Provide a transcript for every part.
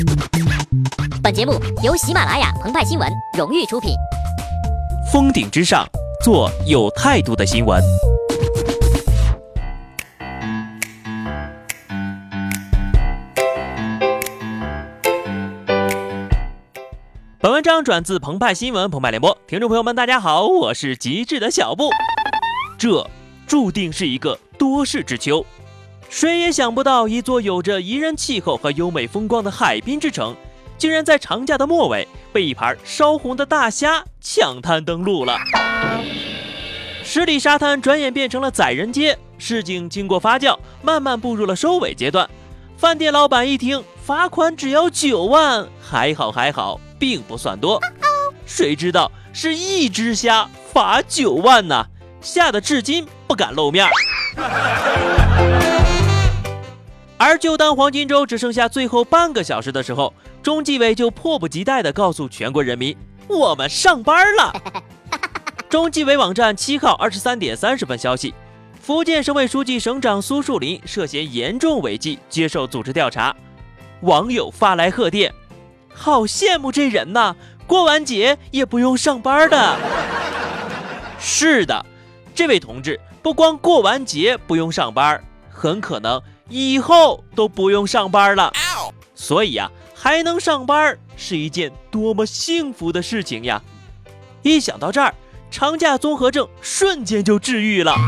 本节目由喜马拉雅澎湃新闻荣誉出品。 峰顶之上，做有态度的新闻。本文章转自澎湃新闻澎湃联播，听众朋友们大家好，我是极致的小布。这注定是一个多事之秋，谁也想不到一座有着宜人气候和优美风光的海滨之城，竟然在长假的末尾被一盘烧红的大虾抢滩登陆了。十里沙滩转眼变成了宰人街，事情经过发酵，慢慢步入了收尾阶段。饭店老板一听罚款只要9万，还好，并不算多。谁知道是一只虾罚9万呢，吓得至今不敢露面。而就当黄金周只剩下最后半个小时的时候，中纪委就迫不及待地告诉全国人民，我们上班了。中纪委网站7号23点30分消息，福建省委书记省长苏树林涉嫌严重违纪，接受组织调查。网友发来贺电，好羡慕这人呐，过完节也不用上班的。是的，这位同志不光过完节不用上班，很可能以后都不用上班了。所以还能上班是一件多么幸福的事情呀！一想到这儿，长假综合症瞬间就治愈了。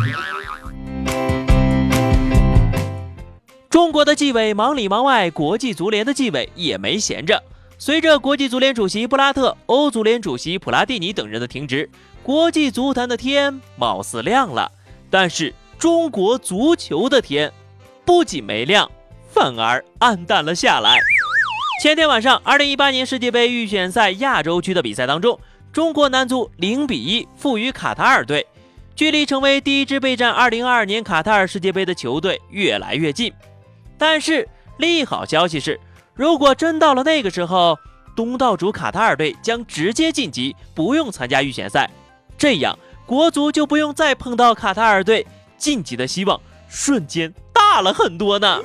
中国的纪委忙里忙外，国际足联的纪委也没闲着。随着国际足联主席布拉特、欧足联主席普拉蒂尼等人的停职，国际足坛的天貌似亮了，但是中国足球的天不仅没亮，反而暗淡了下来。前天晚上2018年世界杯预选赛亚洲区的比赛当中，中国男足0-1负于卡塔尔队，距离成为第一支备战2022年卡塔尔世界杯的球队越来越近。但是利好消息是，如果真到了那个时候，东道主卡塔尔队将直接晋级，不用参加预选赛，这样国足就不用再碰到卡塔尔队，晋级的希望瞬间大了很多呢。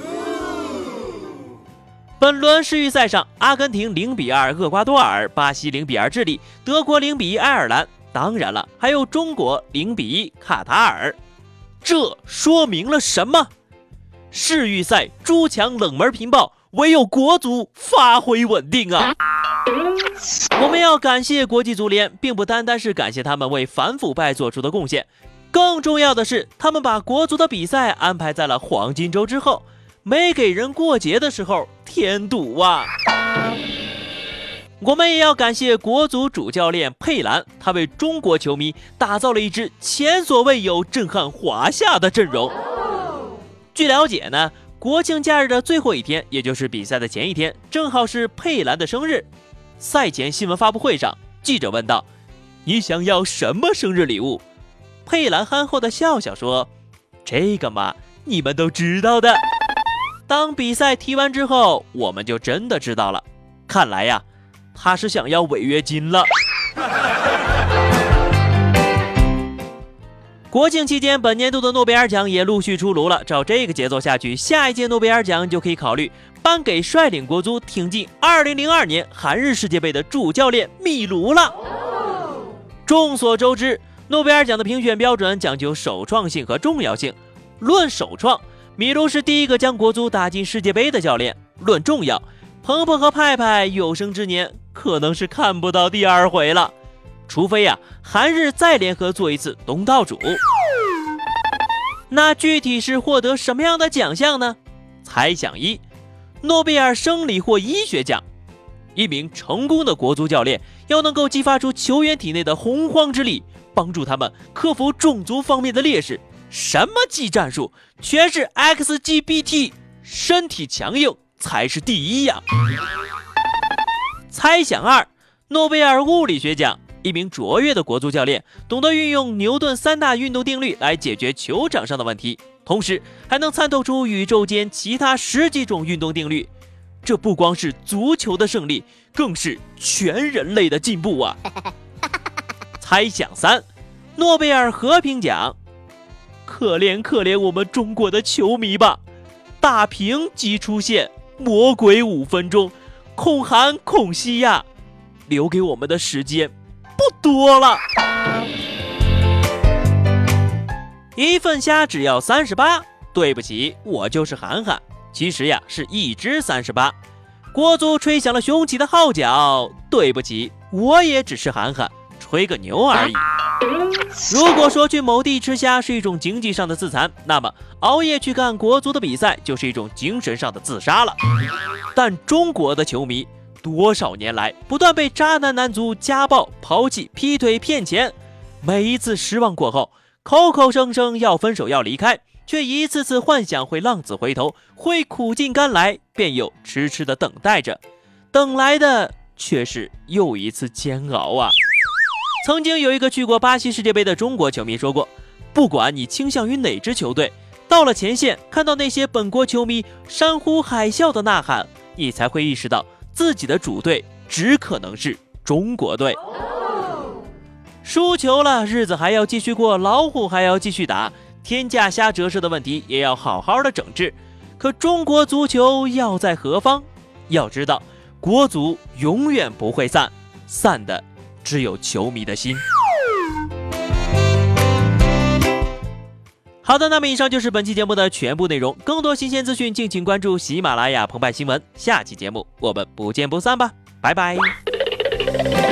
本轮世预赛上，阿根廷0-2厄瓜多尔，巴西0-2智利，德国0-1爱尔兰，当然了，还有中国0-1卡塔尔。这说明了什么？世预赛诸强冷门频爆，唯有国足发挥稳定啊！我们要感谢国际足联，并不单单是感谢他们为反腐败做出的贡献，更重要的是他们把国足的比赛安排在了黄金周之后，没给人过节的时候添堵啊！我们也要感谢国足主教练佩兰，他为中国球迷打造了一支前所未有震撼华夏的阵容。据了解呢，国庆假日的最后一天，也就是比赛的前一天，正好是佩兰的生日。赛前新闻发布会上，记者问道：“你想要什么生日礼物？”佩兰憨厚的笑笑说：“这个嘛，你们都知道的。”当比赛踢完之后，我们就真的知道了。看来呀，他是想要违约金了。国庆期间，本年度的诺贝尔奖也陆续出炉了。照这个节奏下去，下一届诺贝尔奖就可以考虑颁给率领国足挺进2002年韩日世界杯的主教练米卢了。众所周知，诺贝尔奖的评选标准讲究首创性和重要性。论首创，米卢是第一个将国足打进世界杯的教练；论重要，鹏鹏和派派有生之年可能是看不到第2回了。除非韩日再联合做一次东道主。那具体是获得什么样的奖项呢？猜想1，诺贝尔生理或医学奖。一名成功的国足教练要能够激发出球员体内的洪荒之力，帮助他们克服种族方面的劣势。什么技战术，全是 XGBT， 身体强硬才是第一呀。猜想2，诺贝尔物理学奖。一名卓越的国足教练懂得运用牛顿3大运动定律来解决球场上的问题，同时还能参透出宇宙间其他10几种运动定律。这不光是足球的胜利，更是全人类的进步啊！猜想3，诺贝尔和平奖。可怜我们中国的球迷吧，打平即出现魔鬼5分钟， 恐韩恐西呀，留给我们的时间不多了。一份虾只要38，对不起，我就是韩寒。其实呀，是一只38。国足吹响了雄起的号角，对不起，我也只是韩寒，吹个牛而已。如果说去某地吃虾是一种经济上的自残，那么熬夜去看国足的比赛就是一种精神上的自杀了。但中国的球迷多少年来不断被渣男男足家暴、抛弃、劈腿、骗钱，每一次失望过后，口口声声要分手要离开，却一次次幻想会浪子回头，会苦尽甘来，便又痴痴的等待着，等来的却是又一次煎熬啊。曾经有一个去过巴西世界杯的中国球迷说过，不管你倾向于哪支球队，到了前线看到那些本国球迷山呼海啸的呐喊，你才会意识到自己的主队只可能是中国队。输球了，日子还要继续过，老虎还要继续打，天价虾折射的问题也要好好的整治。可中国足球要在何方？要知道，国足永远不会散，散的只有球迷的心。好的，那么以上就是本期节目的全部内容。更多新鲜资讯，敬请关注喜马拉雅澎湃新闻。下期节目我们不见不散吧，拜拜。